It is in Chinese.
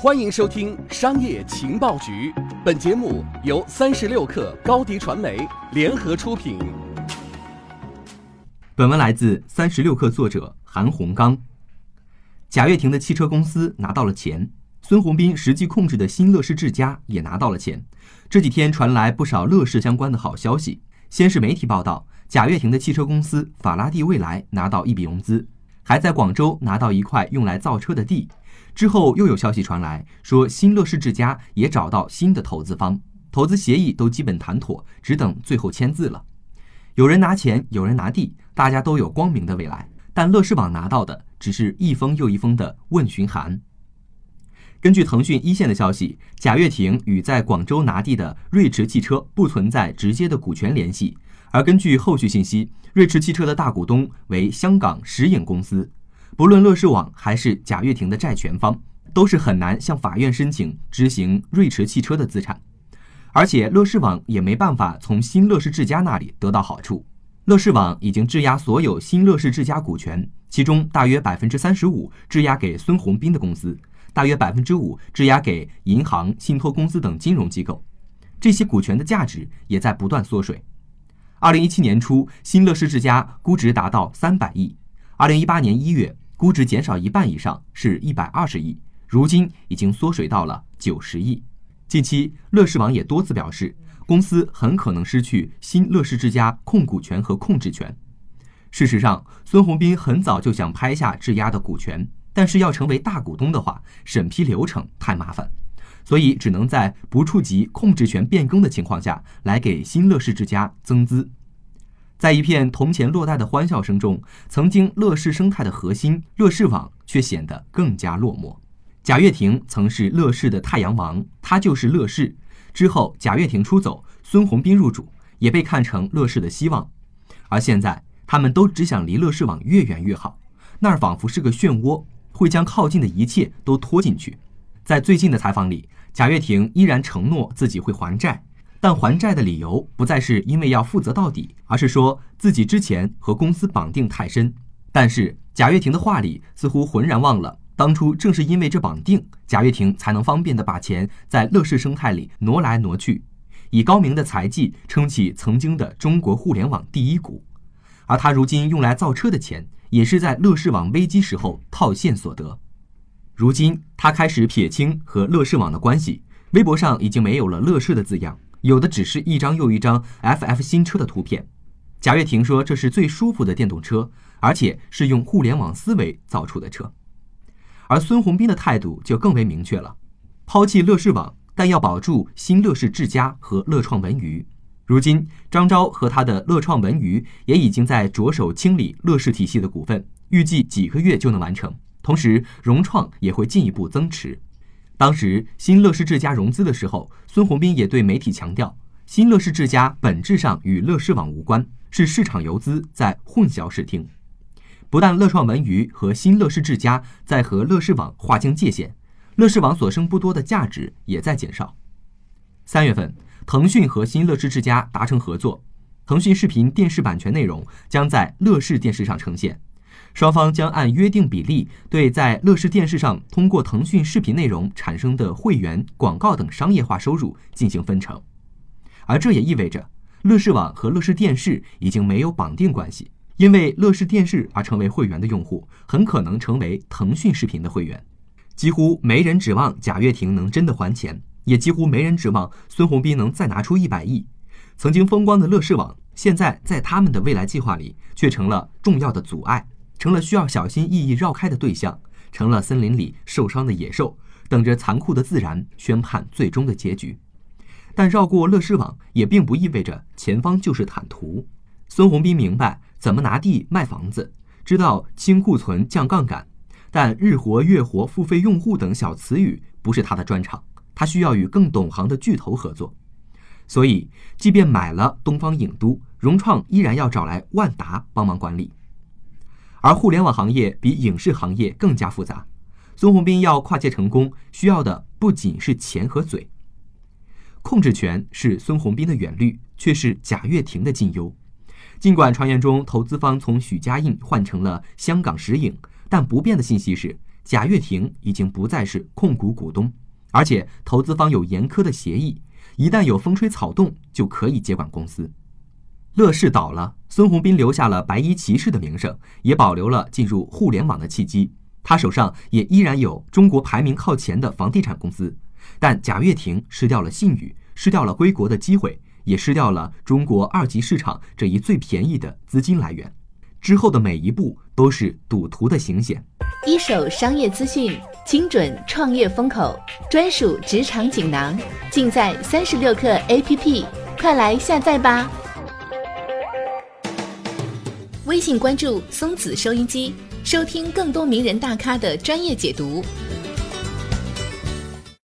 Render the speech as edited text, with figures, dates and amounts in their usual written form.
欢迎收听商业情报局，本节目由36氪高低传媒联合出品。 本文来自36氪作者韩洪刚。贾跃亭的汽车公司拿到了钱，孙宏斌实际控制的新乐视智家也拿到了钱。这几天传来不少乐视相关的好消息。先是媒体报道，贾跃亭的汽车公司法拉第未来拿到一笔融资，还在广州拿到一块用来造车的地。之后又有消息传来，说新乐视智家也找到新的投资方，投资协议都基本谈妥，只等最后签字了。有人拿钱，有人拿地，大家都有光明的未来。但乐视网拿到的只是一封又一封的问询函。根据腾讯一线的消息，贾跃亭与在广州拿地的瑞驰汽车不存在直接的股权联系，而根据后续信息，瑞驰汽车的大股东为香港石影公司。不论乐视网还是贾跃亭的债权方，都是很难向法院申请执行瑞驰汽车的资产，而且乐视网也没办法从新乐视智家那里得到好处。乐视网已经质押所有新乐视智家股权，其中大约 35% 质押给孙宏斌的公司，大约 5% 质押给银行、信托公司等金融机构。这些股权的价值也在不断缩水。2017年初，新乐视智家估值达到300亿，2018年1月估值减少一半以上，是120亿，如今已经缩水到了90亿。近期，乐视网也多次表示，公司很可能失去新乐视智家控股权和控制权。事实上，孙宏斌很早就想拍下质押的股权，但是要成为大股东的话，审批流程太麻烦，所以只能在不触及控制权变更的情况下来给新乐视智家增资。在一片铜钱落袋的欢笑声中，曾经乐视生态的核心乐视网却显得更加落寞。贾跃亭曾是乐视的太阳王，他就是乐视。之后贾跃亭出走，孙宏斌入主，也被看成乐视的希望。而现在他们都只想离乐视网越远越好，那儿仿佛是个漩涡，会将靠近的一切都拖进去。在最近的采访里，贾跃亭依然承诺自己会还债，但还债的理由不再是因为要负责到底，而是说自己之前和公司绑定太深。但是贾跃亭的话里似乎浑然忘了，当初正是因为这绑定，贾跃亭才能方便地把钱在乐视生态里挪来挪去，以高明的财技撑起曾经的中国互联网第一股。而他如今用来造车的钱，也是在乐视网危机时候套现所得。如今他开始撇清和乐视网的关系，微博上已经没有了乐视的字样，有的只是一张又一张 FF 新车的图片。贾跃亭说这是最舒服的电动车，而且是用互联网思维造出的车。而孙宏斌的态度就更为明确了，抛弃乐视网，但要保住新乐视智家和乐创文娱。如今张昭和他的乐创文娱也已经在着手清理乐视体系的股份，预计几个月就能完成，同时融创也会进一步增持。当时新乐视智家融资的时候，孙宏斌也对媒体强调，新乐视智家本质上与乐视网无关，是市场游资在混淆视听。不但乐创文娱和新乐视智家在和乐视网划清界限，乐视网所剩不多的价值也在减少。3月份，腾讯和新乐视智家达成合作，腾讯视频电视版权内容将在乐视电视上呈现，双方将按约定比例对在乐视电视上通过腾讯视频内容产生的会员、广告等商业化收入进行分成。而这也意味着乐视网和乐视电视已经没有绑定关系，因为乐视电视而成为会员的用户很可能成为腾讯视频的会员。几乎没人指望贾跃亭能真的还钱，也几乎没人指望孙宏斌能再拿出100亿。曾经风光的乐视网，现在在他们的未来计划里却成了重要的阻碍，成了需要小心翼翼绕开的对象，成了森林里受伤的野兽，等着残酷的自然宣判最终的结局。但绕过乐视网也并不意味着前方就是坦途。孙宏斌明白怎么拿地卖房子，知道清库存降杠杆，但日活、月活、付费用户等小词语不是他的专长，他需要与更懂行的巨头合作。所以即便买了东方影都，融创依然要找来万达帮忙管理。而互联网行业比影视行业更加复杂，孙宏斌要跨界成功，需要的不仅是钱和嘴。控制权是孙宏斌的远虑，却是贾跃亭的近忧。尽管传言中投资方从许家印换成了香港石影，但不变的信息是， 贾跃亭已经不再是控股股东，而且投资方有严苛的协议，一旦有风吹草动就可以接管公司。乐视倒了，孙宏斌留下了白衣骑士的名声，也保留了进入互联网的契机。他手上也依然有中国排名靠前的房地产公司，但贾跃亭失掉了信誉，失掉了归国的机会，也失掉了中国2级市场这一最便宜的资金来源。之后的每一步都是赌徒的行险。 一手商业资讯，精准创业风口，专属职场锦囊，尽在36课 APP， 快来下载吧！微信关注松子收音机，收听更多名人大咖的专业解读。